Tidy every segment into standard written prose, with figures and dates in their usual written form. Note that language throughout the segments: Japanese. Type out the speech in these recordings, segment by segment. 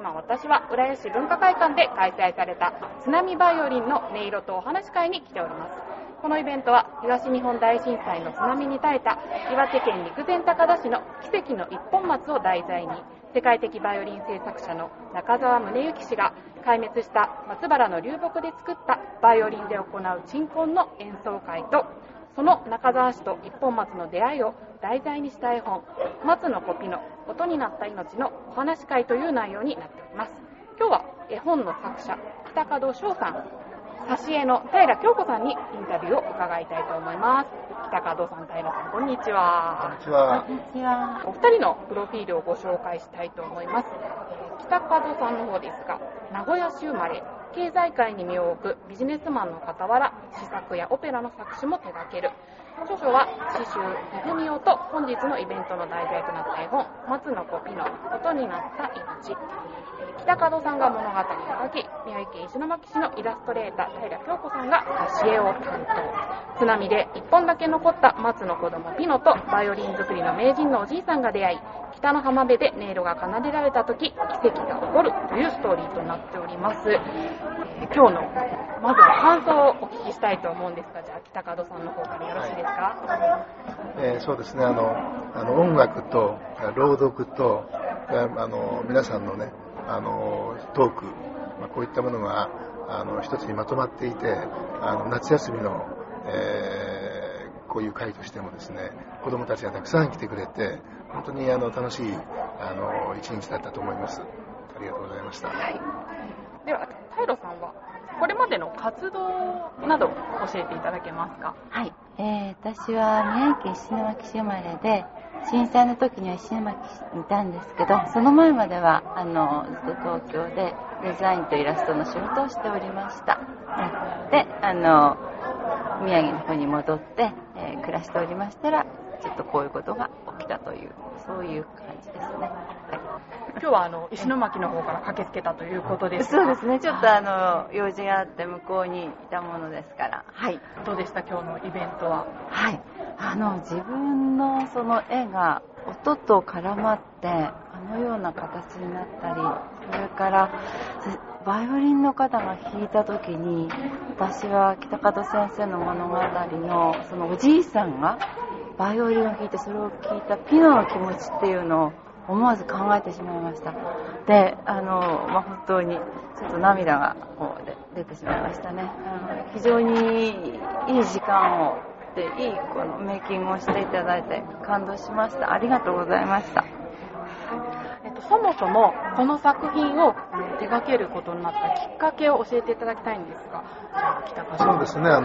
今私は浦安市文化会館で開催された津波バイオリンの音色とお話し会に来ております。このイベントは東日本大震災の津波に耐えた岩手県陸前高田市の奇跡の一本松を題材に、世界的バイオリン製作者の中澤宗行氏が壊滅した松原の流木で作ったバイオリンで行う鎮魂の演奏会と、その中澤氏と一本松の出会いを題材にした絵本、松のコピの音になった命のお話し会という内容になっております。今日は絵本の作者、北門翔さん、挿絵の平京子さんにインタビューを伺いたいと思います。北門さん、平さん、こんにちは。 こんにちは。 こんにちは。 お二人のプロフィールをご紹介したいと思います。北門さんの方ですが、名古屋市生まれ、経済界に身を置くビジネスマンの傍ら、詩作やオペラの作詞も手掛ける。著書は詩集「ひふみお」と本日のイベントの題材となった絵本「松の子ピの音になった命」。北門さんが物語を書き、宮城県石巻市のイラストレーター平京子さんが挿絵を担当。津波で一本だけ残った松の子供ピノとバイオリン作りの名人のおじいさんが出会い、北の浜辺で音色が奏でられた時、奇跡が起こるというストーリーとなっております。今日のまずは感想をお聞きしたいと思うんですが、じゃあ北門さんの方からよろしいですか？ そうですね、音楽と朗読と皆さんのねトーク、こういったものが一つにまとまっていて、夏休みの、こういう会としてもですね、子どもたちがたくさん来てくれて本当に楽しい一日だったと思います。ありがとうございました。 はい、では平さんはこれまでの活動など教えていただけますか？ はい、私は宮城県石巻市生まれで、震災の時には石巻市にいたんですけど、その前まではずっと東京でデザインとイラストの仕事をしておりました。で、宮城の方に戻って、暮らしておりましたら、ちょっとこういうことが起きたという、そういう感じですね。はい、 今日は石巻の方から駆けつけたということですか？ そうですね、ちょっと用事があって向こうにいたものですから。はい。 どうでした今日のイベントは？ はい、自分のその絵が音と絡まってような形になったり、それからバイオリンの方が弾いた時に、私は北門先生の物語のそのおじいさんがバイオリンを弾いて、それを聞いたピノの気持ちっていうのを思わず考えてしまいました。で、本当にちょっと涙がこう出てしまいましたね。非常にいい時間をで、いいこのメイキングをしていただいて感動しました。ありがとうございました。 そもそもこの作品を手掛けることになったきっかけを教えていただきたいんですが、北門さん。 そうですね、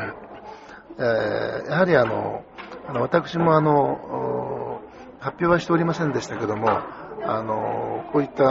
やはり私も発表はしておりませんでしたけども、こういった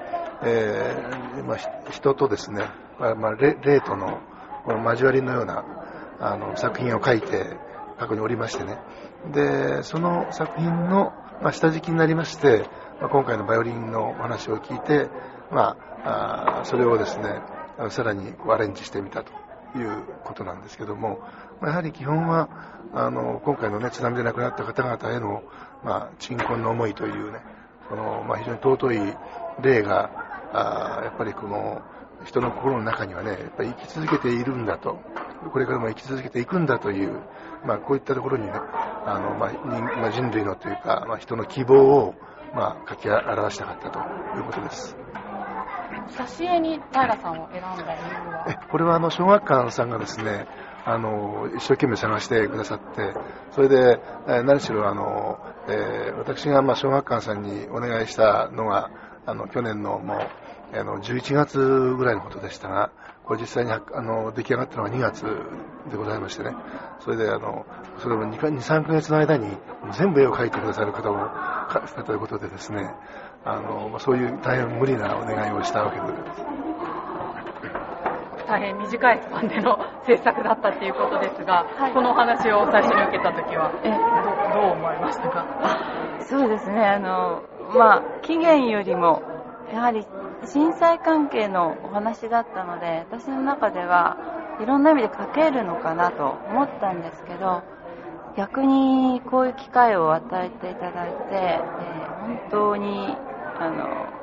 人とですね、霊との交わりのような作品を書いて過去におりましてね、でその作品の、下敷きになりまして、今回のバイオリンのお話を聞いて、それをですねさらにアレンジしてみたということなんですけども、やはり基本は今回の、津波で亡くなった方々への、鎮魂の思いというね、非常に尊い霊がやっぱりこの人の心の中にはね、やっぱり生き続けているんだと、これからも生き続けていくんだという、こういったところにね、人類のというか、人の希望を書き表したかったということです。 挿絵に平さんを選んだ理由は？ これは小学館さんがですね、一生懸命探してくださって、それで何しろ私が小学館さんにお願いしたのが去年のもう11月ぐらいのことでしたが、これ実際に出来上がったのが2月でございましてね、それでそれを 2,3 ヶ月の間に全部絵を描いてくださる方をしたということでですね、そういう大変無理なお願いをしたわけでございます。 大変短いスパンでの制作だったっていうことですが、はい、このお話を最初に受けたときはどう思われましたか？ そうですね、期限よりもやはり震災関係のお話だったので、私の中ではいろんな意味で書けるのかなと思ったんですけど、逆にこういう機会を与えていただいて、本当に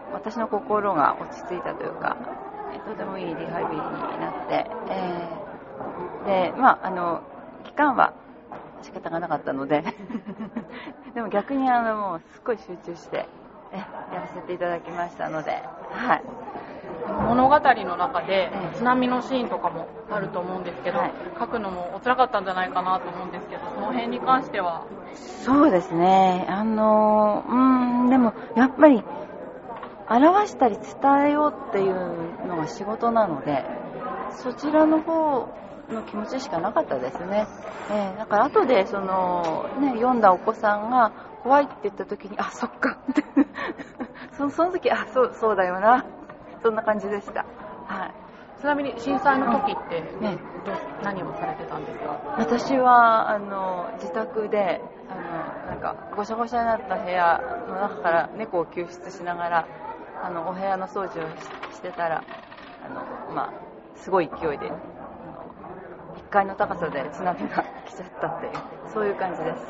私の心が落ち着いたというか、とてもいいリハビリになって、で、期間は仕方がなかったのででも逆にもうすっごい集中してやらせていただきましたので、はい、 物語の中で津波のシーンとかもあると思うんですけど、書くのもお辛かったんじゃないかなと思うんですけど、その辺に関しては。 そうですね、でもやっぱり表したり伝えようっていうのが仕事なので、そちらの方の気持ちしかなかったですね。だから後で読んだお子さんが怖いって言った時に、あ、そっかってその時、そうだよな、そんな感じでした。はい。 ちなみに震災の時って、何をされてたんですか？ 私は自宅でなんかごしゃごしゃになった部屋の中から猫を救出しながらお部屋の掃除をしてたらすごい勢いで1階の高さで津波が来ちゃったっていう、そういう感じです。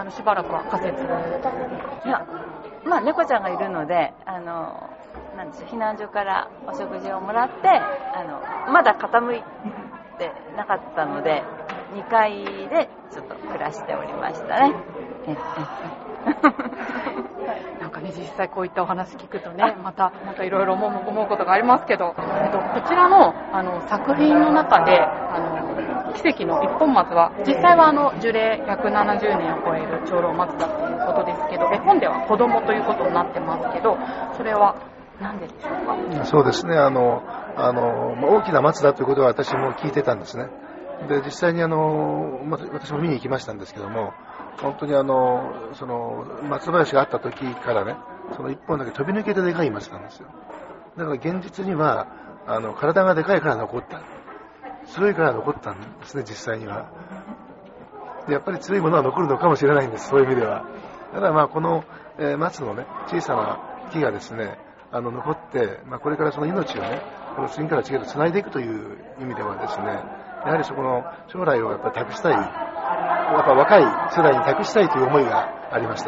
しばらくは仮設？ いや、猫ちゃんがいるのでなんでしょう、避難所からお食事をもらってまだ傾いてなかったので2階でちょっと暮らしておりましたね。 なんかね、実際こういったお話聞くとね、またいろいろ思うことがありますけど、こちらの作品の中で奇跡の一本松は実際は樹齢170年を超える長老松だということですけど、絵本では子供ということになってますけど、それはなんででしょうか？ そうですね、大きな松だということは私も聞いてたんですね。で、実際に私も見に行きましたんですけども、本当にその松林があった時からね、その一本だけ飛び抜けてでかい松なんですよ。だから現実には体がでかいから残った、強いから残ったんですね、実際には。やっぱり強いものは残るのかもしれないんです、そういう意味では。ただこの、松のね、小さな木がですね残って、これからその命をね、この次から次へとつないでいくという意味ではですね、やはりそこの将来をやっぱり託したい、やっぱ若い世代に託したいという思いがありました。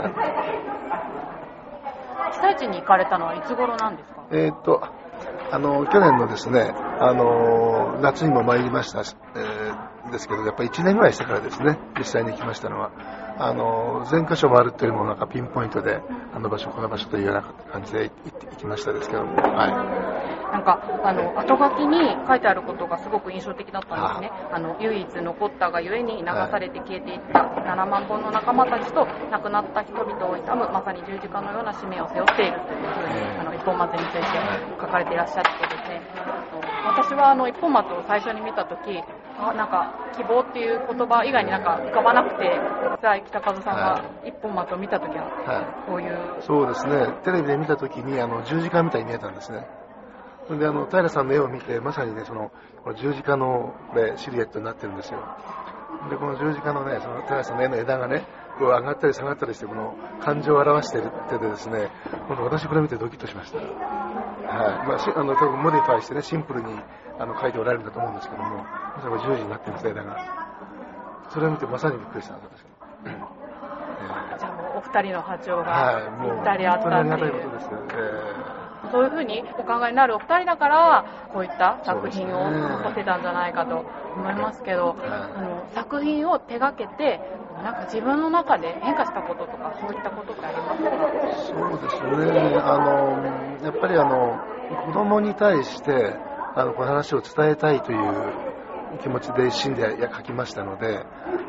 被災地に行かれたのはいつ頃なんですか？ 去年のですね、夏にも参りました、ですけど、やっぱり1年ぐらいしてからですね、実際に行きましたのは。全箇所回るというよりもなんかピンポイントであの場所この場所というような感じで行きましたですけども、はい、 なんか後書きに書いてあることがすごく印象的だったんですね。唯一残ったがゆえに流されて消えていった7万本の仲間たちと亡くなった人々を悼むまさに十字架のような使命を背負っているというふうに一本松について書かれていらっしゃってですね、私は一本松を最初に見たとき、なんか希望っていう言葉以外になんか浮かばなくて、北和さんが一本松を見たときはこういう、 そうですね、テレビで見たときに十字架みたいに見えたんですね。で平さんの絵を見てまさにね、その十字架のシルエットになってるんですよ。でこの十字架のね、その平さんの絵の枝がね、こう上がったり下がったりしてこの感情を表しているってでですね、私これ見てドキッとしました。はい、多分モディファイしてね、シンプルに書いておられるんだと思うんですけども、まさに十字になってるんです、枝が。それを見てまさにびっくりしたんです。 じゃあもうお二人の波長がぴったりあったっていう、ことですよね。そういうふうにお考えになるお二人だからこういった作品を残せたんじゃないかと思いますけど、作品を手がけてなんか自分の中で変化したこととかそういったことってありますか？ そうですね、やっぱり子供に対してこの話を伝えたいという気持ちで一心で書きましたので、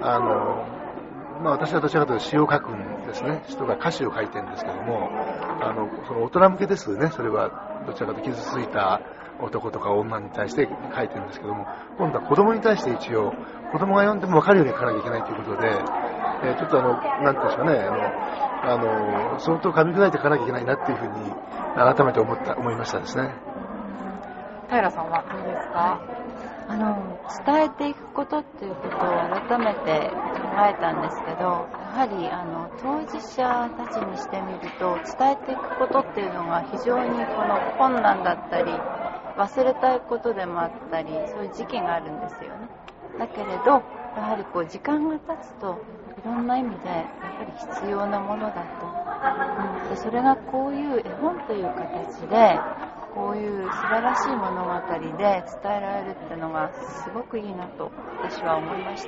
私はどちらかというと詩を書くんですね。詩とか歌詞を書いてるんですけども、その大人向けですね。それはどちらかというと傷ついた男とか女に対して書いてるんですけども、今度は子供に対して一応子供が読んでも分かるように書かなきゃいけないということで、ちょっとなんていうんですかね、相当噛み砕いて書かなきゃいけないなっていうふうに改めて思いましたですね。 平さんはどうですか？ 伝えていくことっていうことを改めて考えたんですけど、やはり当事者たちにしてみると伝えていくことっていうのが非常に困難だったり忘れたいことでもあったり、そういう時期があるんですよね。だけれどやはり時間が経つといろんな意味でやっぱり必要なものだとでそれがこういう絵本という形でこういう素晴らしい物語で伝えられるっていうのがすごくいいなと私は思いました。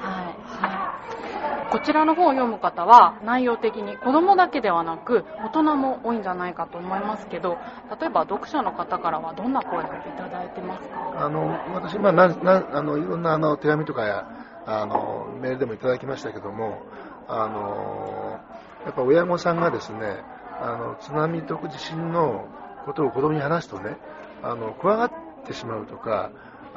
こちらの本を読む方は内容的に子供だけではなく大人も多いんじゃないかと思いますけど、例えば読者の方からはどんな声をいただいてますか？ 私、いろんな手紙とかやメールでもいただきましたけども、やっぱ親御さんがですね、津波と地震のことを子供に話すとね、怖がってしまうとか、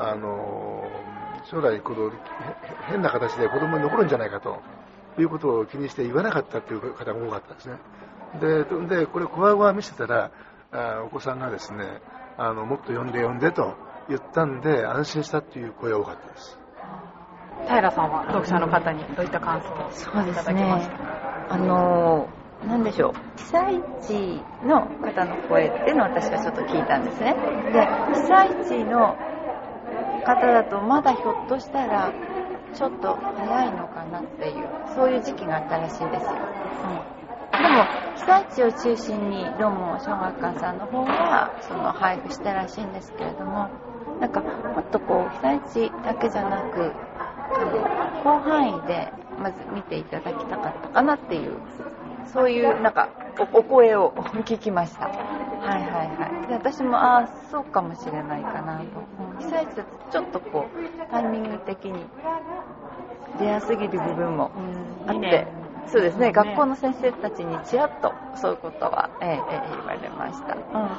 将来変な形で子供に残るんじゃないかということを気にして言わなかったという方が多かったですね。でこれ怖々見せたらお子さんがですね、もっと読んでと言ったんで安心したという声が多かったです。 平さんは読者の方にどういった感想をいただきましたか？ なんでしょう、被災地の方の声っていうのを私はちょっと聞いたんですね。で、被災地の方だとまだひょっとしたらちょっと早いのかなっていう、そういう時期があったらしいですよ。でも被災地を中心にロモ小学館さんの方はその配布したらしいんですけれども、なんかもっとこう被災地だけじゃなく広範囲でまず見ていただきたかったかなっていう、そういうなんかお声を聞きました。で私もそうかもしれないかなと。被災地だとちょっとこうタイミング的に出やすぎる部分もあって、そうですね、学校の先生たちにちらっとそういうことは、言われました。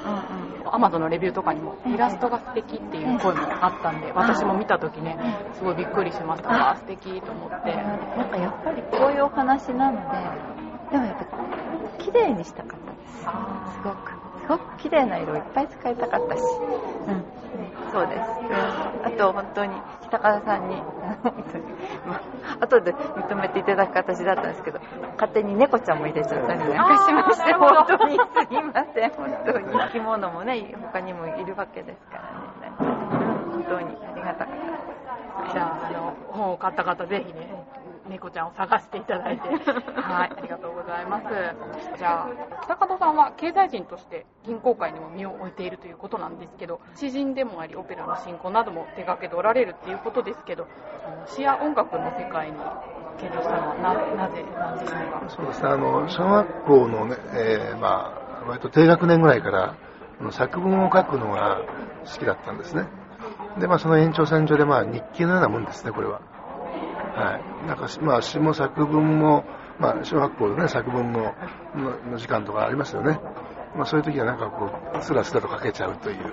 Amazon のレビューとかにもイラストが素敵っていう声もあったんで、私も見た時ねすごいびっくりしました。素敵と思って、 なんかやっぱりこういうお話なので、でもやっぱ綺麗にしたかったです。すごく綺麗な色をいっぱい使いたかったし、そうです。あと本当に北方さんに後で認めていただく形だったんですけど、勝手に猫ちゃんも入れちゃったりなんかしまして、本当にすみません。本当に生き物もね他にもいるわけですからね。本当にありがたかったです。 じゃあ本を買った方ぜひね猫ちゃんを探していただいてはい、ありがとうございます。じゃあ北門さんは経済人として銀行界にも身を置いているということなんですけど、詩人でもありオペラの進行なども手掛けておられるっていうことですけど、詩や音楽の世界に傾倒したのはなぜなんでしょうか？ そうですね、小学校のね、割と低学年ぐらいから作文を書くのが好きだったんですね。で、その延長線上で日記のようなもんですね、これは。なんか詩も作文も、小学校のね作文の時間とかありますよね。そういう時はなんかこうスラスラと書けちゃうという。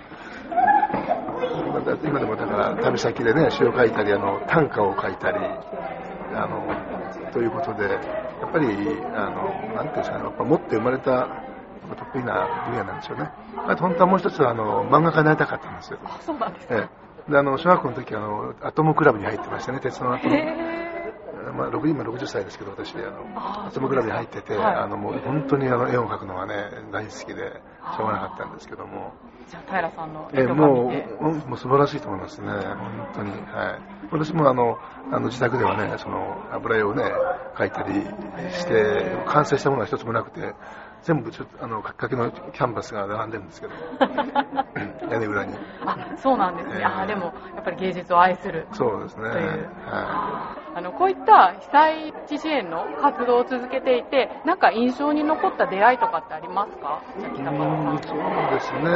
今でもだから旅先でね詩を書いたり短歌を書いたりということで、やっぱりなんていうんですかね、やっぱ持って生まれた得意な分野なんですよね。あと本当はもう一つは漫画家になりたかったんですよ。 そうなんですか。 で小学校の時アトムクラブに入ってましたね、鉄のアトム。今60歳ですけど、私アトムクラブに入ってて、もう本当に絵を描くのがね大好きでしょうがなかったんですけども。 じゃあ平さんの絵とか見てもう素晴らしいと思いますね、本当に。私も自宅ではね油絵をね描いたりして完成したものは一つもなくて、全部書きかけのキャンバスが並んでるんですけど屋根裏に。 そうなんですね。でもやっぱり芸術を愛する。 そうですね。 こういった被災地支援の活動を続けていて、なんか印象に残った出会いとかってありますか？北門さん。 そうですね。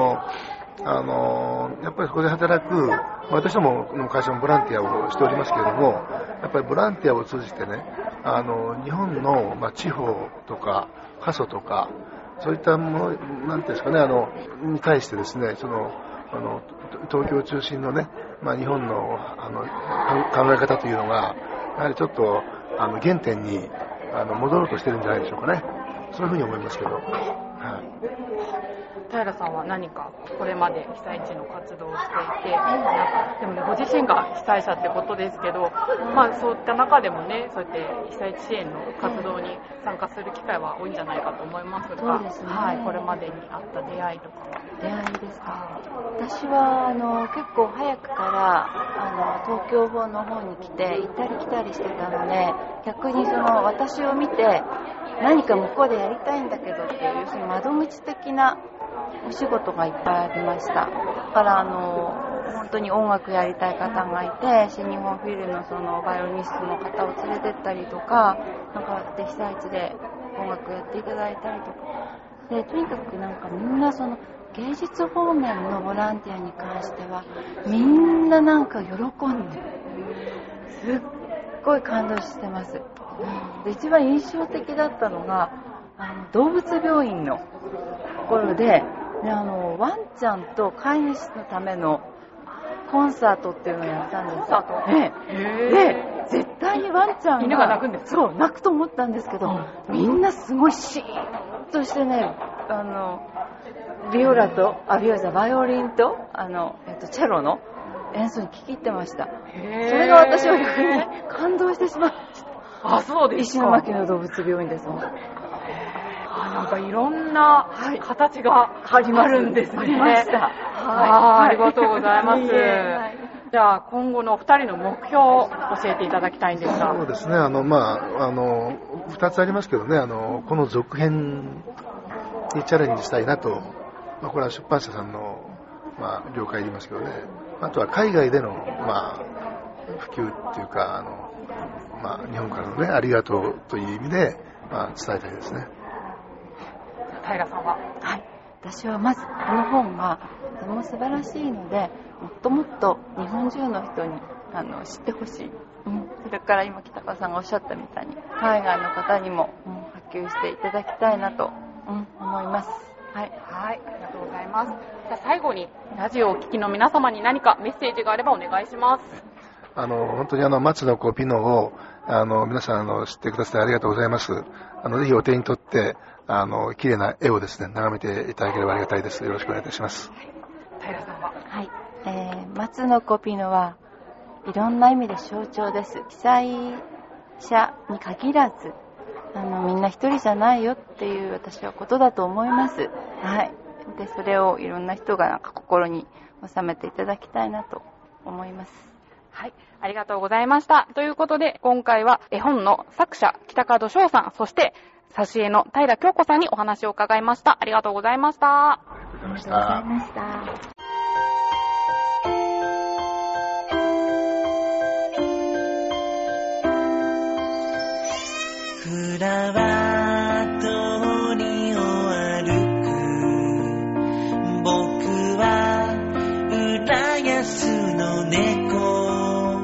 やっぱりそこで働く私どもの会社もボランティアをしておりますけれども、やっぱりボランティアを通じてね、日本の地方とか過疎とかそういったものなんていうんですかね、に対してですね、東京中心のね、日本の考え方というのがやはりちょっと原点に戻ろうとしてるんじゃないでしょうかね。そういうふうに思いますけど。 平さんは何かこれまで被災地の活動をしていて、でもね、ご自身が被災者ってことですけど、そういった中でもね、そうやって被災地支援の活動に参加する機会は多いんじゃないかと思いますが、 そうですね。 これまでにあった出会いとかは。 出会いですか。私は結構早くから東京の方に来て行ったり来たりしてたので、逆に私を見て何か向こうでやりたいんだけどっていう、その窓口的なお仕事がいっぱいありました。だから本当に音楽やりたい方がいて、新日本フィルのそのバイオリニストの方を連れてったりとか、で被災地で音楽やっていただいたりとかで、とにかくみんなその芸術方面のボランティアに関してはみんな喜んで、すっごい感動してます。で一番印象的だったのが動物病院のところで、ワンちゃんと飼い主のためのコンサートっていうのをやったんです。で絶対にワンちゃんが犬が鳴くんです。 そう鳴くと思ったんですけど、みんなすごいシーンとしてね、バイオリンとチェロの演奏に聞き入ってました。それが私は逆に感動してしまいました。 そうですか。 石巻の動物病院です。 いろんな形があるんですね。 ありました。 ありがとうございます。じゃあ今後のお二人の目標を教えていただきたいんですが。 そうですね。2つありますけどね。この続編にチャレンジしたいなと。これは出版社さんの了解言いますけどね。あとは海外での普及っていうか日本からのねありがとうという意味で伝えたいですね。 平さんは。 私はまずこの本がとても素晴らしいので、もっともっと日本中の人に知ってほしい。それから今北川さんがおっしゃったみたいに海外の方にも波及していただきたいなと思います。ありがとうございます。じゃあ最後にラジオをお聞きの皆様に何かメッセージがあればお願いします。 本当に松のピノを皆さん知ってくださってありがとうございます。ぜひお手に取って綺麗な絵をですね眺めていただければありがたいです。よろしくお願いいたします。 平さんは。 松のピノはいろんな意味で象徴です。被災者に限らずみんな一人じゃないよっていう私はことだと思います。でそれをいろんな人が心に収めていただきたいなと思います。 ありがとうございました。ということで今回は絵本の作者北門翔さん、そして挿絵の平京子さんにお話を伺いました。ありがとうございました。 ありがとうございました。 フラワー通りを歩く僕は浦安の猫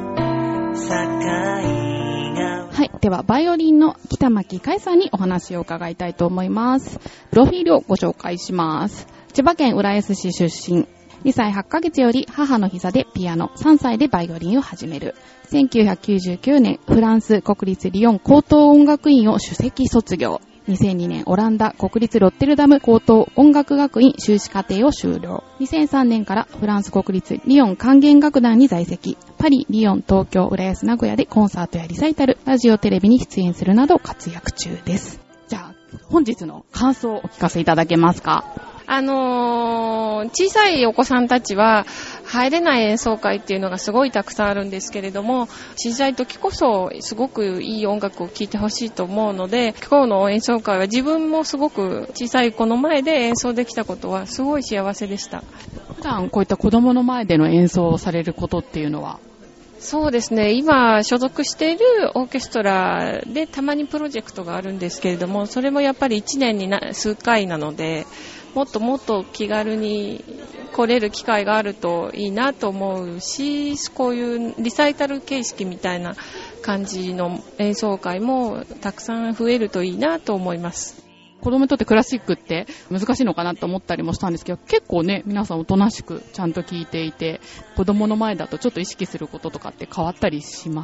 境川。 ではバイオリンの北巻海さんにお話を伺いたいと思います。プロフィールをご紹介します。千葉県浦安市出身。2歳8ヶ月より母の膝でピアノ、3歳でバイオリンを始める。1999年、フランス国立リヨン高等音楽院を首席卒業。2002年、オランダ国立ロッテルダム高等音楽学院修士課程を修了。2003年からフランス国立リヨン管弦楽団に在籍。パリ、リヨン、東京、浦安、名古屋でコンサートやリサイタル、ラジオ、テレビに出演するなど活躍中です。じゃあ、本日の感想をお聞かせいただけますか？ 小さいお子さんたちは入れない演奏会っていうのがすごいたくさんあるんですけれども、小さい時こそすごくいい音楽を聴いてほしいと思うので、今日の演奏会は自分もすごく小さい子の前で演奏できたことはすごい幸せでした。 普段こういった子供の前での演奏をされることっていうのは？ そうですね、今所属しているオーケストラでたまにプロジェクトがあるんですけれども、それもやっぱり1年に数回なので、もっともっと気軽に来れる機会があるといいなと思うし、こういうリサイタル形式みたいな感じの演奏会もたくさん増えるといいなと思います。 子供にとってクラシックって難しいのかなと思ったりもしたんですけど、結構ね、皆さんおとなしくちゃんと聴いていて、子供の前だとちょっと意識することとかって変わったりします？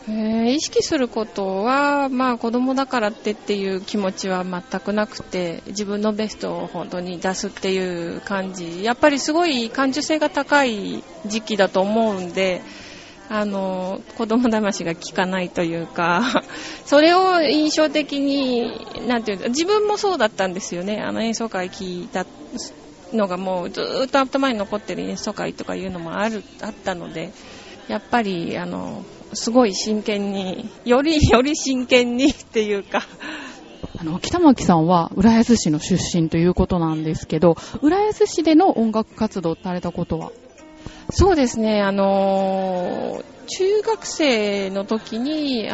意識することは、子供だからっていう気持ちは全くなくて、自分のベストを本当に出すっていう感じ。やっぱりすごい感受性が高い時期だと思うんで、子供魂が効かないというか、それを印象的に、なんていうか、自分もそうだったんですよね。演奏会聞いたのがもうずっと頭に残ってる演奏会とかいうのもあったので、やっぱり、すごい真剣に、より真剣にっていうか。 北牧さんは浦安市の出身ということなんですけど、浦安市での音楽活動されたことは？ そうですね、中学生の時に、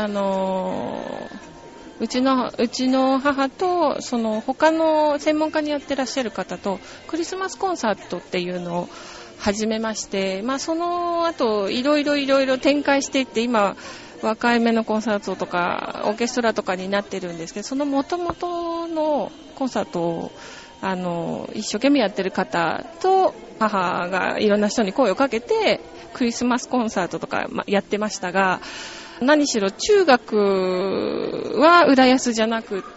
うちの母と、他の専門家にやってらっしゃる方と、クリスマスコンサートっていうのを始めまして、その後、いろいろ展開していって、今、若い目のコンサートとか、オーケストラとかになってるんですけど、その元々のコンサートを、一生懸命やってる方と、母がいろんな人に声をかけて、クリスマスコンサートとかやってましたが、何しろ中学は浦安じゃなくって、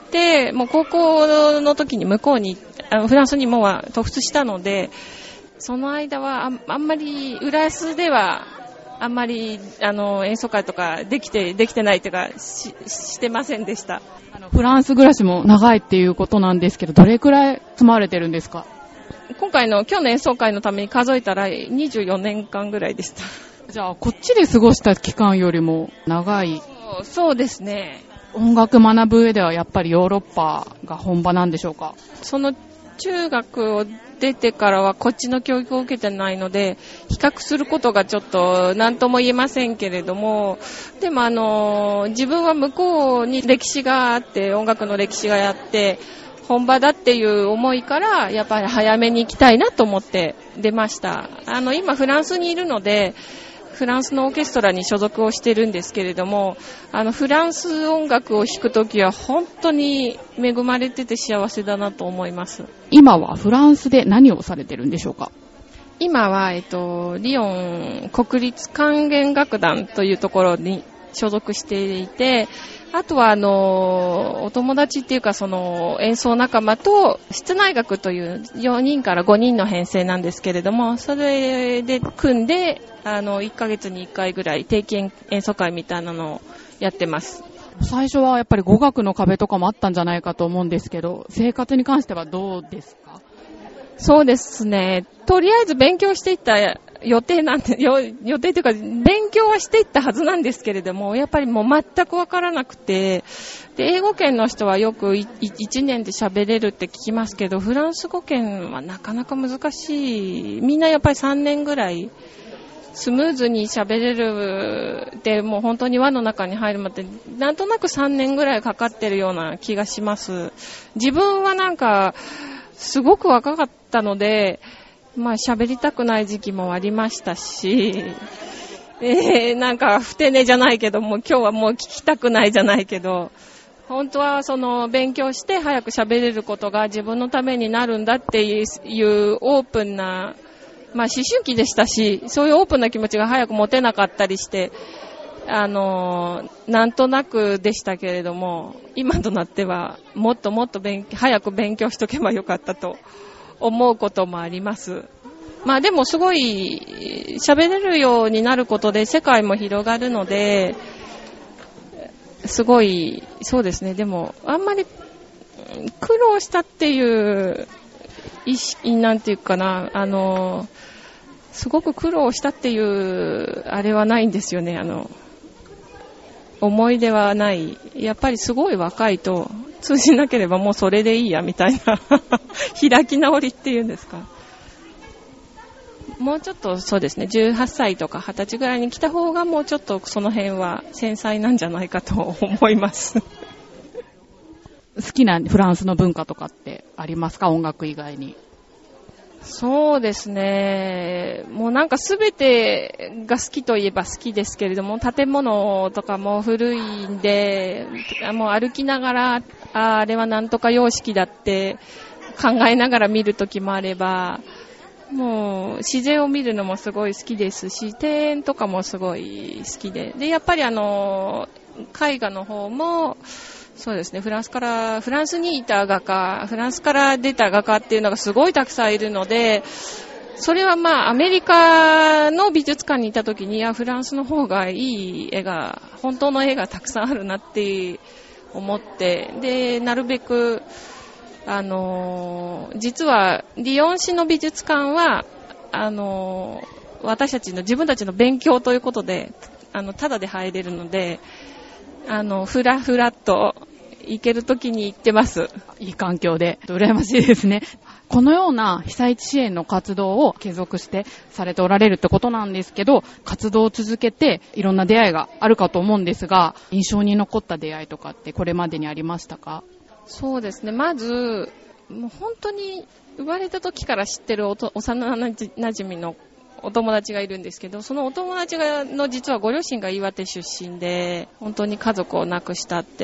もう高校の時に向こうに、フランスにもう突出したので、その間はあんまり浦安ではあんまり演奏会とかできてないというかしてませんでした。 フランス暮らしも長いっていうことなんですけど、どれくらい住まわれてるんですか？ 今日の演奏会のために数えたら24年間ぐらいでした。 じゃあこっちで過ごした期間よりも長い。 そうですね。 音楽学ぶ上ではやっぱりヨーロッパが本場なんでしょうか？ その中学を出てからはこっちの教育を受けてないので、比較することがちょっと何とも言えませんけれども、でも自分は向こうに歴史があって、音楽の歴史があって、本場だっていう思いから、やっぱり早めに行きたいなと思って出ました。今フランスにいるので、フランスのオーケストラに所属をしてるんですけれども、フランス音楽を弾くときは本当に恵まれてて幸せだなと思います。 今はフランスで何をされてるんでしょうか？ 今は、リヨン国立管弦楽団というところに所属していて、あとはお友達っていうか演奏仲間と室内楽という4人から5人の編成なんですけれども、それで組んで1ヶ月に1回ぐらい定期演奏会みたいなのをやってます。 最初はやっぱり語学の壁とかもあったんじゃないかと思うんですけど、生活に関してはどうですか？ そうですね。とりあえず勉強していった予定というか、勉強はしていったはずなんですけれども、やっぱりもう全くわからなくて、で、英語圏の人はよく1年で喋れるって聞きますけど、フランス語圏はなかなか難しい。みんなやっぱり3年ぐらいスムーズに喋れるで、もう本当に輪の中に入るまで、なんとなく3年ぐらいかかってるような気がします。自分はなんか、すごく若かったので、喋りたくない時期もありましたし、なんかふて寝じゃないけども、今日はもう聞きたくないじゃないけど、本当は勉強して早く喋れることが自分のためになるんだっていうオープンな、思春期でしたし、そういうオープンな気持ちが早く持てなかったりして、なんとなくでしたけれども、今となってはもっと早く勉強しとけばよかったと思うこともあります。でもすごい喋れるようになることで世界も広がるので、すごい、そうですね。でもあんまり苦労したっていう意識、なんていうかな、すごく苦労したっていうあれはないんですよね。思い出はない。やっぱりすごい若いと通じなければもうそれでいいやみたいな開き直りっていうんですか。もうちょっとそうですね、18歳とか20歳ぐらいに来た方がもうちょっとその辺は繊細なんじゃないかと思います好きなフランスの文化とかってありますか？音楽以外に。 そうですね。もうなんかすべてが好きといえば好きですけれども、建物とかも古いんで、もう歩きながら、あれはなんとか様式だって考えながら見るときもあれば、 もう自然を見るのもすごい好きですし、庭園とかもすごい好きで、やっぱり絵画の方もそうですね、フランスにいた画家、フランスから出た画家っていうのがすごいたくさんいるので、それはアメリカの美術館にいた時に、フランスの方がいい絵が、本当の絵がたくさんあるなって思って、で、なるべく実はリヨン市の美術館は私たちの自分たちの勉強ということでタダで入れるのでふらふらっと行けるときに行ってます。 いい環境で羨ましいですね。このような被災地支援の活動を継続してされておられるってことなんですけど、活動を続けていろんな出会いがあるかと思うんですが、印象に残った出会いとかってこれまでにありましたか？ そうですね。まず、もう本当に生まれた時から知ってる幼馴染のお友達がいるんですけど、そのお友達の実はご両親が岩手出身で、本当に家族を亡くしたって、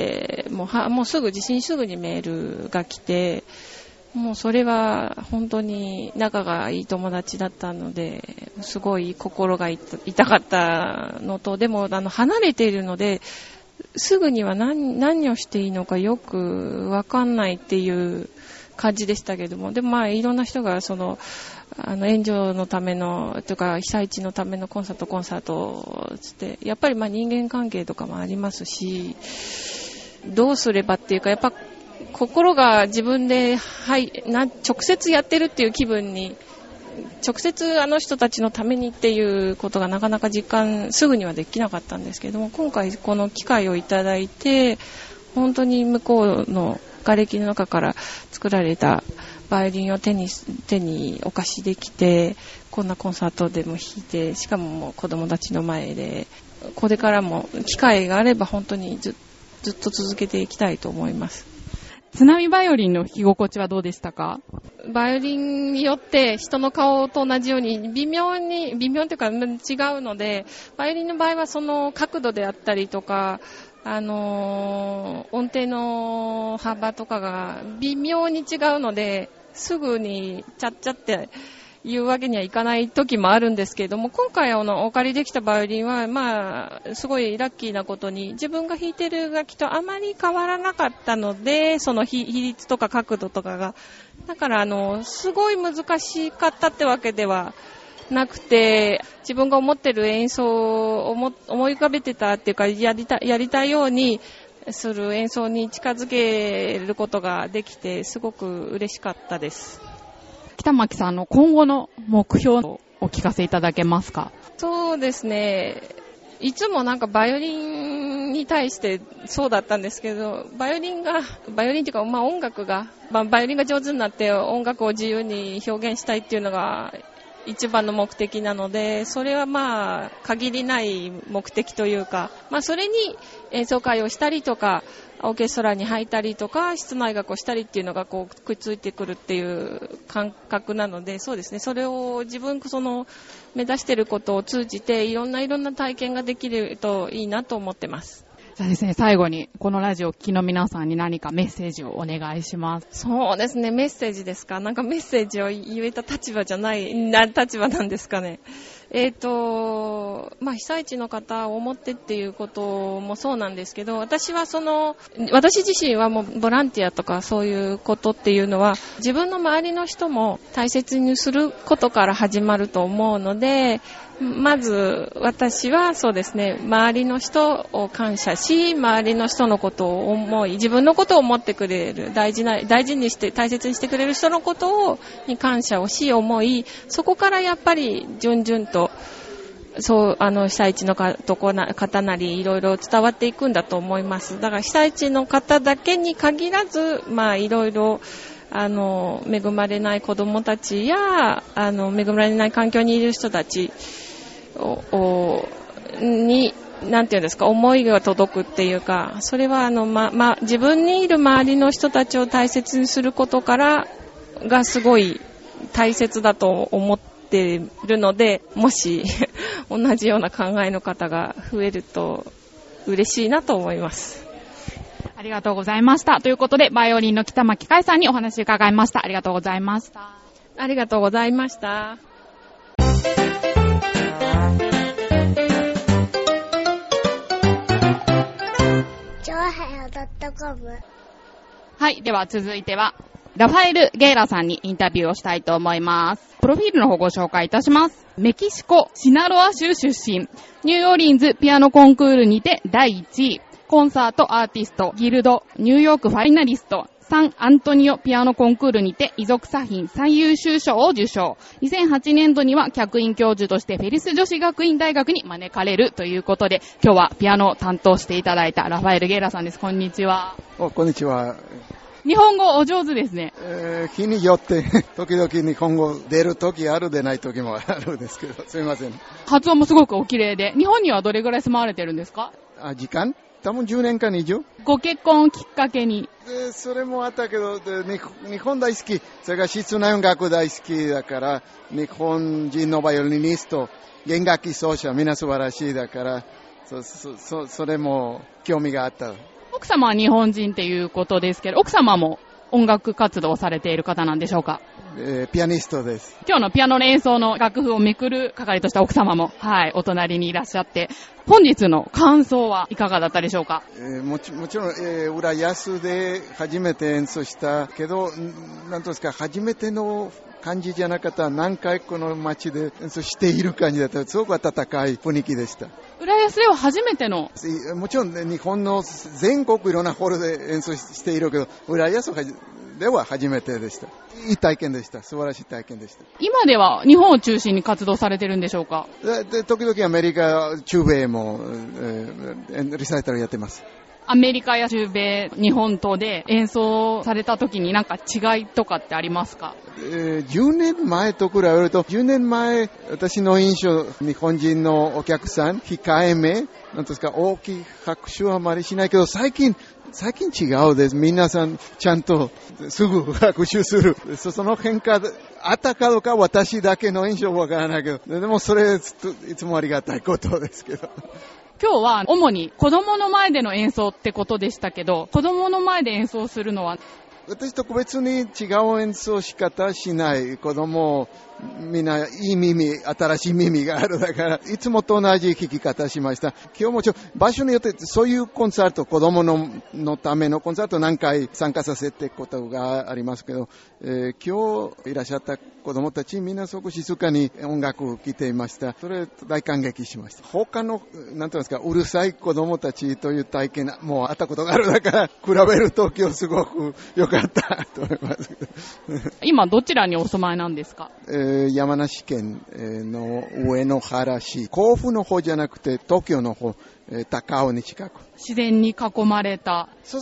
もう地震すぐにメールが来て、もうそれは本当に仲がいい友達だったので、すごい心が痛かったのと、でも離れているので、すぐには何をしていいのかよくわかんないっていう感じでしたけども、でもいろんな人が援助のためのとか被災地のためのコンサートつって、やっぱり人間関係とかもありますし、どうすればっていうか、やっぱ心が自分で直接やってるっていう気分に、直接人たちのためにっていうことがなかなか実感すぐにはできなかったんですけども、今回この機会をいただいて、本当に向こうの瓦礫の中から作られたバイオリンを手にお貸しできて、こんなコンサートでも弾いて、しかももう子供たちの前で、これからも機会があれば本当にずっと続けていきたいと思います。 津波バイオリンの弾き心地はどうでしたか？ バイオリンによって人の顔と同じように微妙っていうか違うので、バイオリンの場合はその角度であったりとか、音程の幅とかが微妙に違うので、すぐにちゃっちゃって言うわけにはいかない時もあるんですけれども、今回お借りできたバイオリンはすごいラッキーなことに自分が弾いてる楽器とあまり変わらなかったので、その比率とか角度とかがだからすごい難しかったってわけではなくて、自分が思ってる演奏を思い浮かべてたっていうか、やりたいようにする演奏に近づけることができて、すごく嬉しかったです。 北巻さんの今後の目標をお聞かせいただけますか？ そうですね。いつもバイオリンに対してそうだったんですけど、バイオリンっていうか、音楽が、バイオリンが上手になって音楽を自由に表現したいっていうのが一番の目的なので、それは限りない目的というか、それに演奏会をしたりとか、オーケストラに入ったりとか、室内楽をしたりっていうのがくっついてくるっていう感覚なので、そうですね、それを自分目指していることを通じていろんな体験ができるといいなと思ってます。 じゃあですね、最後にこのラジオを聴きの皆さんに何かメッセージをお願いします。 そうですね、メッセージですか。メッセージを言えた立場なんですかね。被災地の方を思ってっていうこともそうなんですけど、私自身はもうボランティアとかそういうことっていうのは、自分の周りの人も大切にすることから始まると思うので、まず私はそうですね、周りの人を感謝し、周りの人のことを思い、自分のことを思ってくれる、大事にして大切にしてくれる人のことに感謝をし、思い、そこからやっぱり順々と被災地の方なりいろいろ伝わっていくんだと思います。だから被災地の方だけに限らず、いろいろ恵まれない子どもたちや恵まれない環境にいる人たちになんていうんですか、思いが届くっていうか、それは自分にいる周りの人たちを大切にすることからがすごい大切だと思っているので、もし同じような考えの方が増えると嬉しいなと思います。 ありがとうございました。ということで、バイオリンの北巻海さんにお話を伺いました。ありがとうございました。 ありがとうございました。 はい。では続いては、ラファエル・ゲイラさんにインタビューをしたいと思います。プロフィールの方ご紹介いたします。メキシコ・シナロア州出身。ニューオーリンズピアノコンクールにて第1位。コンサートアーティストギルドニューヨークファイナリスト。サンアントニオピアノコンクールにて遺族作品最優秀賞を受賞。2008年度には客員教授としてフェリス女子学院大学に招かれるということで、今日はピアノを担当していただいたラファエル・ゲイラさんです。こんにちは。 こんにちは。 日本語お上手ですね。 日によって時々日本語出る時あるでない時もあるんですけど、すみません。 発音もすごくお綺麗で、日本にはどれぐらい住まわれてるんですか？ 時間多分10年間以上。 ご結婚をきっかけに。 それもあったけど、日本大好き。それから室内音楽大好きだから、日本人のバイオリニスト、弦楽器奏者、みんな素晴らしいだから、それも興味があった。 奥様は日本人っていうことですけど、奥様も音楽活動をされている方なんでしょうか？ ピアニストです。 今日のピアノの演奏の楽譜をめくる係とした奥様も、はい、お隣にいらっしゃって、本日の感想はいかがだったでしょうか？ もちろん、浦安で初めて演奏したけど、なんとですか、初めての感じじゃなかった。何回この街で演奏している感じだった。すごく温かい雰囲気でした。 浦安では初めての？ もちろん、ね、日本の全国いろんなホールで演奏しているけど、浦安では初めてでした。いい体験でした。素晴らしい体験でした。 今では日本を中心に活動されてるんでしょうか？ で時々アメリカ、中米も、リサイタルやってます。 アメリカや中米、日本とで演奏された時になんか違いとかってありますか ？10年前と比べると、10年前、私の印象、日本人のお客さん、控えめ、なんですか、大きい拍手はあまりしないけど、最近違うです。皆さん、ちゃんとすぐ拍手する。その変化、あったかどうか私だけの印象わからないけど、でもそれ、いつもありがたいことですけど。 今日は主に子供の前での演奏ってことでしたけど、子供の前で演奏するのは？ 私特別に違う演奏し方しない。子供、みんないい耳、新しい耳があるだから、いつもと同じ弾き方しました。今日も場所によってそういうコンサート、子供のためのコンサート何回参加させてことがありますけど、今日いらっしゃった子供たちみんなすごく静かに音楽を聴いていました。それ大感激しました。他の、なんていうんですか、うるさい子供たちという体験もうあったことがあるだから、比べると今日すごく良かったと思いますけど。 今どちらにお住まいなんですか？ 山梨県の上野原市、甲府の方じゃなくて東京の方、高尾に近く。 自然に囲まれた。 そう、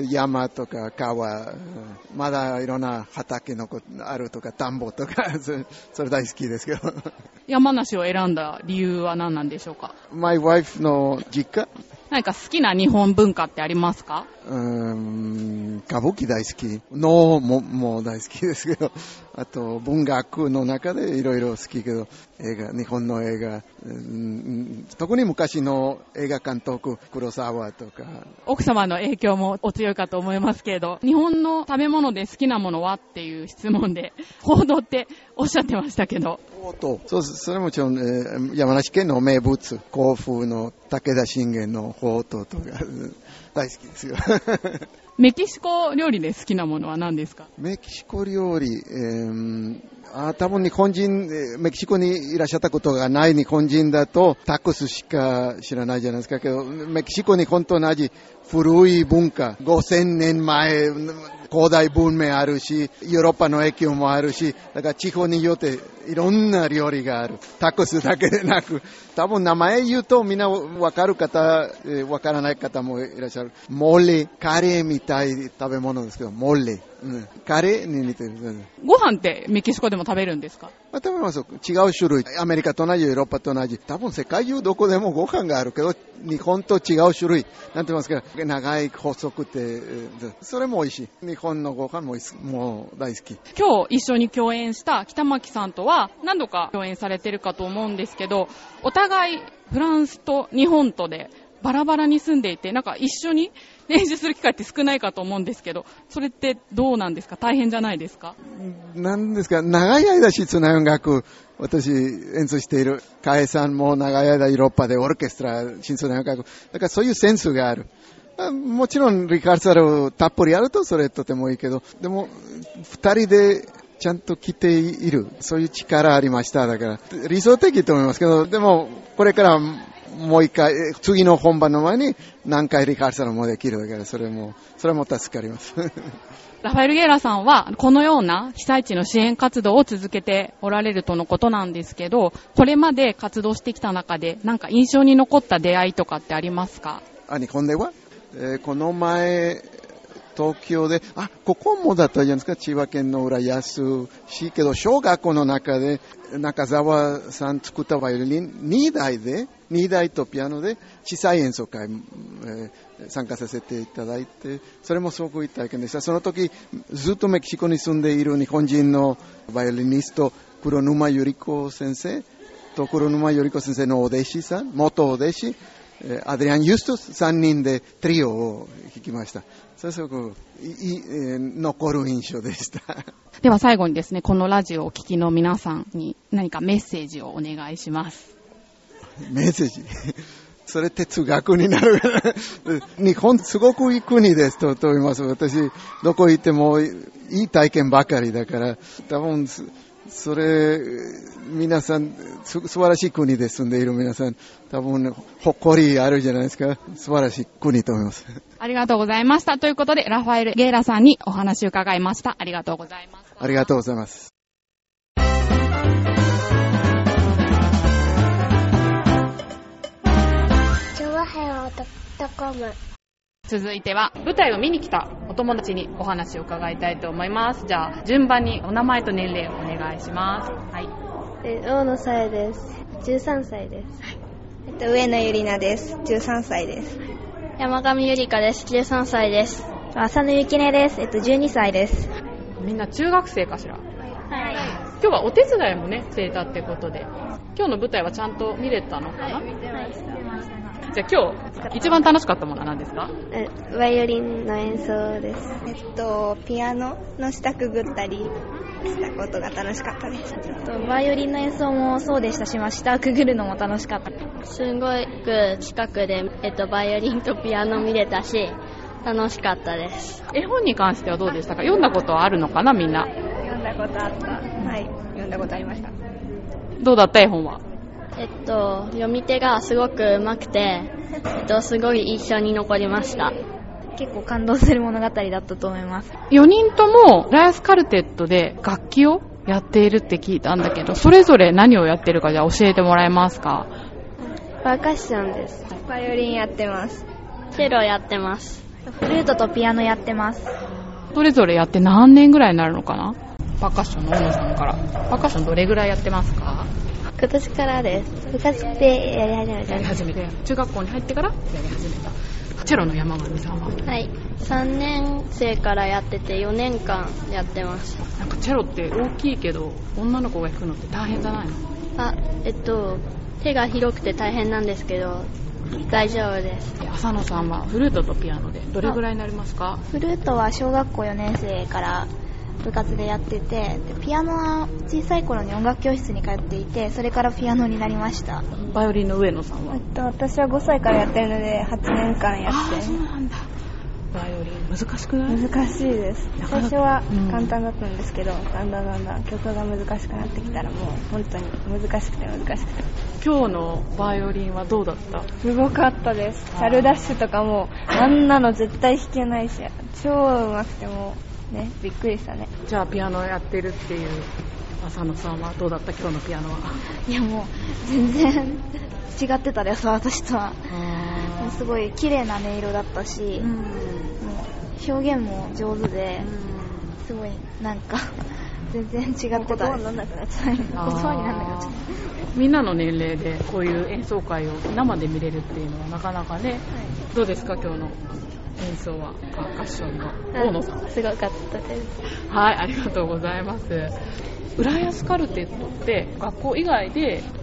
山とか川、まだいろんな畑のあるとか田んぼとか、それ大好きですけど。 山梨を選んだ理由は何なんでしょうか？ My wife の実家。 何か好きな日本文化ってありますか？ 歌舞伎大好き。能も大好きですけど、あと文学の中でいろいろ好きけど、日本の映画、特に昔の映画監督、黒沢とか。 奥様の影響もお強いかと思いますけれど、日本の食べ物で好きなものはっていう質問で、報道っておっしゃってましたけど。 そう、それもちろん、山梨県の名物、甲府の武田信玄のほうとうとか、大好きですよ。 メキシコ料理で好きなものは何ですか？ メキシコ料理、多分日本人、メキシコにいらっしゃったことがない日本人だとタコスしか知らないじゃないですかけど、メキシコに本当同じ古い文化、5000年前、古代文明あるし、ヨーロッパの影響もあるし、だから地方によっていろんな料理がある。タコスだけでなく、多分名前言うとみんなわかる方、わからない方もいらっしゃる。モレ、カレーみたい食べ物ですけど、モレ。カレーに似てる。 ご飯ってメキシコでも食べるんですか？ 食べます。違う種類。アメリカと同じ、ヨーロッパと同じ。多分世界中どこでもご飯があるけど、日本と違う種類。なんて言いますか、長い細くて、それも美味しい。日本のご飯ももう大好き。 今日一緒に共演した北巻さんとは何度か共演されてるかと思うんですけど、お互いフランスと日本とでバラバラに住んでいて、なんか一緒に練習する機会って少ないかと思うんですけど、それってどうなんですか？大変じゃないですか？ なんですか、長い間室内音楽、私演奏している。カエさんも長い間ヨーロッパでオーケストラ、室内音楽。だからそういうセンスがある。もちろんリハーサルたっぷりやるとそれとてもいいけど、でも二人でちゃんと来ている。そういう力ありました。だから理想的と思いますけど、でもこれからもう一回、次の本番の前に何回リハーサルもできるだから、それも助かります。 ラファエル・ゲーラさんはこのような被災地の支援活動を続けておられるとのことなんですけど、これまで活動してきた中でなんか印象に残った出会いとかってありますか？ 日本では、この前東京で、ここもだったじゃないですか、千葉県の浦安市けど、小学校の中で中澤さん作ったバイオリン2台とピアノで小さい演奏会、参加させていただいて、それもすごくいい体験でした。その時ずっとメキシコに住んでいる日本人のバイオリニスト黒沼由里子先生と黒沼由里子先生のお弟子さん、元お弟子アドリアン・ユストス3人でトリオを弾きました。それすごく残る印象でした。 では最後にですね、このラジオをお聞きの皆さんに何かメッセージをお願いします。 メッセージそれ哲学になる日本すごくいい国ですと思います。私どこ行ってもいい体験ばかりだから、多分それ皆さん素晴らしい国で住んでいる皆さん、多分誇りあるじゃないですか。素晴らしい国と思います。 ありがとうございました。ということでラファエル・ゲーラさんにお話を伺いました。ありがとうございます。 ありがとうございます。 続いては舞台を見に来たお友達にお話を伺いたいと思います。じゃあ順番にお名前と年齢をお願いします。はい。 大野さえです。13歳です。上野ゆりなです。13歳です。 山上ゆりかです。13歳です。 浅野ゆきねです。12歳です。 みんな中学生かしら？はい。今日はお手伝いもねしていたってことで、今日の舞台はちゃんと見れたのかな？はい、見てました。じゃあ今日一番楽しかったものは何ですか？ バイオリンの演奏です。ピアノの下くぐったりしたことが楽しかったです。 バイオリンの演奏もそうでしたし、下くぐるのも楽しかった。すごく近くで、バイオリンとピアノ見れたし、楽しかったです。 絵本に関してはどうでしたか？読んだことはあるのかな、みんな？ 読んだことあった。はい、読んだことありました。 どうだった絵本は？ 読み手がすごく上手くて、すごい印象に残りました。 結構感動する物語だったと思います。 4人ともライアスカルテットで楽器をやっているって聞いたんだけど、それぞれ何をやってるかじゃあ教えてもらえますか？ パーカッションです。バイオリンやってます。 チェロやってます。 フルートとピアノやってます。 それぞれやって何年ぐらいになるのかな？パーカッションの大野さんから。パーカッションどれぐらいやってますか？ 今年からです。部活でやり始めて。 中学校に入ってからやり始めた。チェロの山上さんは？ はい。3年生からやってて4年間やってます。 なんかチェロって大きいけど、女の子が弾くのって大変じゃないの？ 手が広くて大変なんですけど、大丈夫です。 浅野さんはフルートとピアノでどれぐらいになりますか？ フルートは小学校4年生から部活でやってて、ピアノは小さい頃に音楽教室に通っていて、それからピアノになりました。 バイオリンの上野さんは？ 私は5歳からやってるので8年間やって。 そうなんだ。バイオリン難しくない？ 難しいです。最初は簡単だったんですけど、だんだん曲が難しくなってきたらもう本当に難しくて。 今日のバイオリンはどうだった？ すごかったです。チャルダッシュとかもあんなの絶対弾けないし、超上手くてもね、びっくりしたね。 じゃあピアノやってるっていう浅野さんはどうだった？今日のピアノは。 いやもう全然違ってたです、私とは。すごい綺麗な音色だったし、もう表現も上手で、すごいなんか全然違ってたです。言葉にならなくなっちゃった。 みんなの年齢でこういう演奏会を生で見れるっていうのはなかなかね、はい、どうですか今日の演奏は？パーカッションの大野さん。 すごかったです。 はい、ありがとうございます。浦安カルテットって学校以外で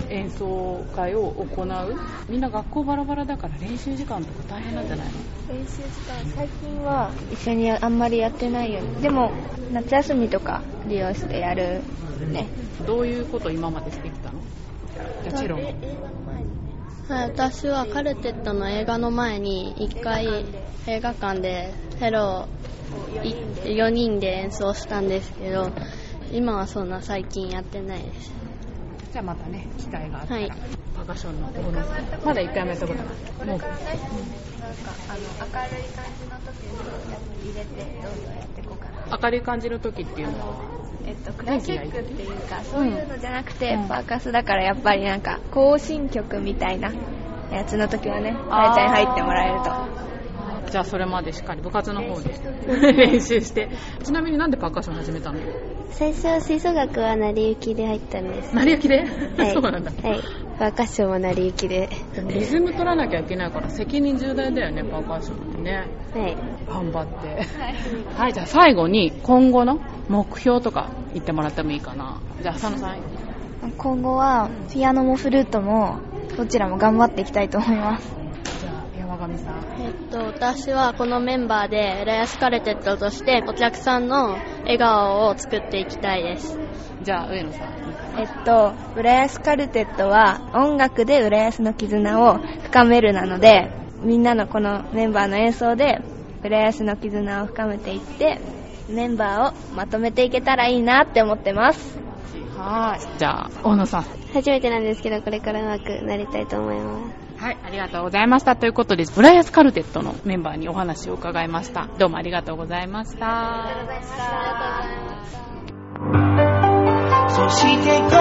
演奏会を行う。みんな学校バラバラだから練習時間とか大変なんじゃないの？ 練習時間最近は一緒にあんまりやってないよね。でも夏休みとか利用してやるね。 どういうこと今までしてきたの？じゃあチェロの。 はい、私はカルテットの映画の前に1回映画館でチェロを4人で演奏したんですけど、今はそんな最近やってないです。 じゃあまたね、機会があったら、 はい、 パーカッションのものまだ1回もやったことない。もうなんか明るい感じの時に入れてどんどんやっていこうかな。 明るい感じの時っていうのはクラシックっていうかそういうのじゃなくて、パーカスだからやっぱりなんか行進曲みたいなやつの時はね、あやちゃんに入ってもらえると。 じゃあそれまでしっかり部活の方で練習して。ちなみになんでパーカッション始めたの？ 最初は吹奏楽は成り行きで入ったんです。 成り行きで？ はい、 そうなんだ。 はい。パーカッションは成り行きで。 リズム取らなきゃいけないから責任重大だよね、パーカッションってね。 はい。 頑張って。はい、じゃあ最後に今後の目標とか言ってもらってもいいかな。じゃあ佐野さん。 今後はピアノもフルートもどちらも頑張っていきたいと思います。 じゃあ山上さん。 私はこのメンバーで浦安カルテットとしてお客さんの笑顔を作っていきたいです。 じゃあ上野さん。 浦安カルテットは音楽で浦安の絆を深めるなので、みんなのこのメンバーの演奏で浦安の絆を深めていってメンバーをまとめていけたらいいなって思ってます。 はい。じゃあ大野さん。 初めてなんですけどこれからうまくなりたいと思います。 はい、ありがとうございました。ということで浦安カルテットのメンバーにお話を伺いました。どうもありがとうございました。 そして